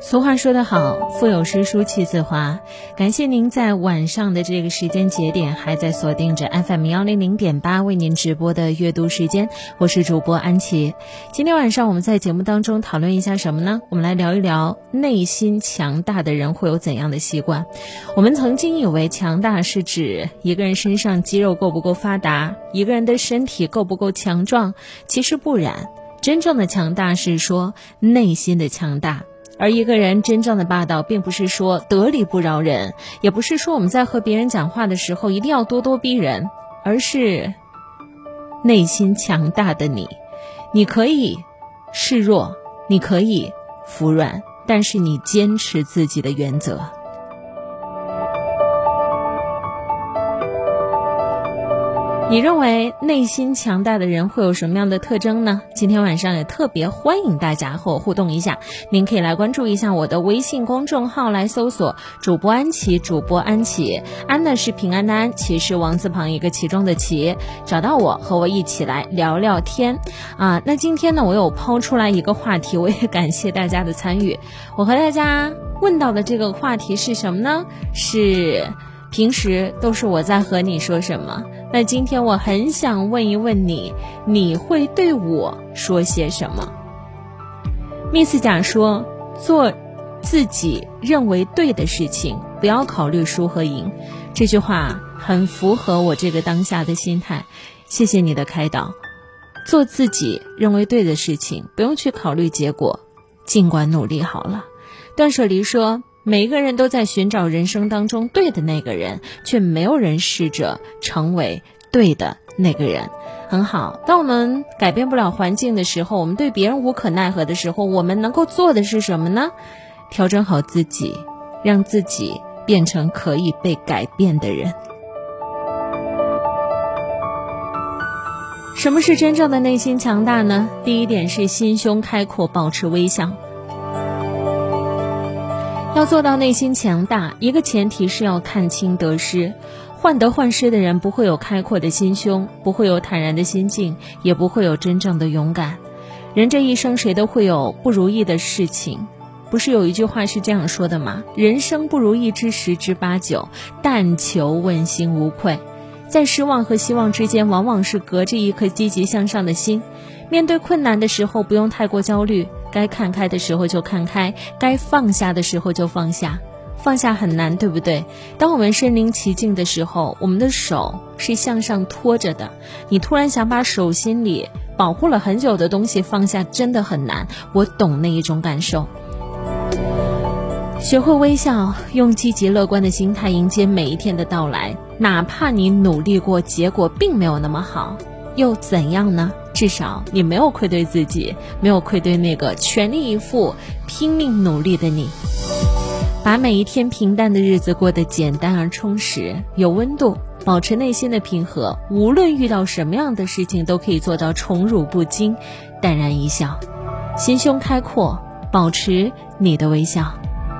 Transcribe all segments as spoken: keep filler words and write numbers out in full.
俗话说得好，腹有诗书气自华。感谢您在晚上的这个时间节点还在锁定着 F M 一零零点八 为您直播的阅读时间，我是主播安琪。今天晚上我们在节目当中讨论一下什么呢？我们来聊一聊内心强大的人会有怎样的习惯。我们曾经以为强大是指一个人身上肌肉够不够发达，一个人的身体够不够强壮，其实不然。真正的强大是说内心的强大。而一个人真正的霸道，并不是说得理不饶人，也不是说我们在和别人讲话的时候一定要咄咄逼人，而是内心强大的你。你可以示弱，你可以服软，但是你坚持自己的原则。你认为内心强大的人会有什么样的特征呢？今天晚上也特别欢迎大家和我互动一下，您可以来关注一下我的微信公众号，来搜索主播安琪，主播安琪，安呢是平安的安，琪是王字旁一个其中的琪，找到我和我一起来聊聊天啊。那今天呢，我有抛出来一个话题，我也感谢大家的参与。我和大家问到的这个话题是什么呢？是平时都是我在和你说什么？那今天我很想问一问你，你会对我说些什么？ Miss 甲说，做自己认为对的事情，不要考虑输和赢。这句话很符合我这个当下的心态，谢谢你的开导。做自己认为对的事情，不用去考虑结果，尽管努力好了。断舍离说，每一个人都在寻找人生当中对的那个人，却没有人试着成为对的那个人。很好，当我们改变不了环境的时候，我们对别人无可奈何的时候，我们能够做的是什么呢？调整好自己，让自己变成可以被改变的人。什么是真正的内心强大呢？第一点是心胸开阔，保持微笑。要做到内心强大，一个前提是要看清得失。患得患失的人不会有开阔的心胸，不会有坦然的心境，也不会有真正的勇敢。人这一生谁都会有不如意的事情，不是有一句话是这样说的吗？人生不如意之十之八九，但求问心无愧。在失望和希望之间，往往是隔着一颗积极向上的心。面对困难的时候，不用太过焦虑，该看开的时候就看开，该放下的时候就放下。放下很难，对不对？当我们身临其境的时候，我们的手是向上拖着的，你突然想把手心里保护了很久的东西放下，真的很难。我懂那一种感受。学会微笑，用积极乐观的心态迎接每一天的到来，哪怕你努力过，结果并没有那么好，又怎样呢？至少你没有愧对自己，没有愧对那个全力以赴拼命努力的你。把每一天平淡的日子过得简单而充实，有温度，保持内心的平和，无论遇到什么样的事情都可以做到宠辱不惊，淡然一笑。心胸开阔，保持你的微笑。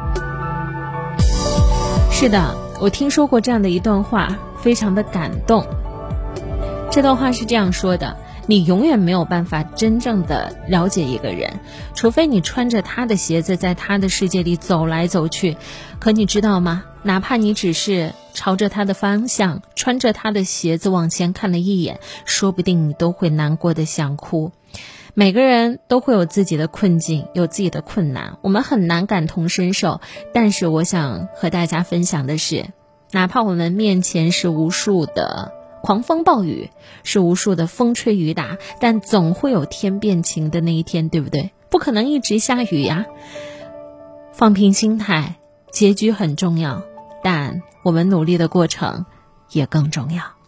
是的，我听说过这样的一段话，非常的感动。这段话是这样说的，你永远没有办法真正的了解一个人，除非你穿着他的鞋子在他的世界里走来走去。可你知道吗？哪怕你只是朝着他的方向，穿着他的鞋子往前看了一眼，说不定你都会难过的想哭。每个人都会有自己的困境，有自己的困难，我们很难感同身受。但是我想和大家分享的是，哪怕我们面前是无数的狂风暴雨，是无数的风吹雨打，但总会有天变晴的那一天，对不对？不可能一直下雨呀。放平心态，结局很重要，但我们努力的过程也更重要。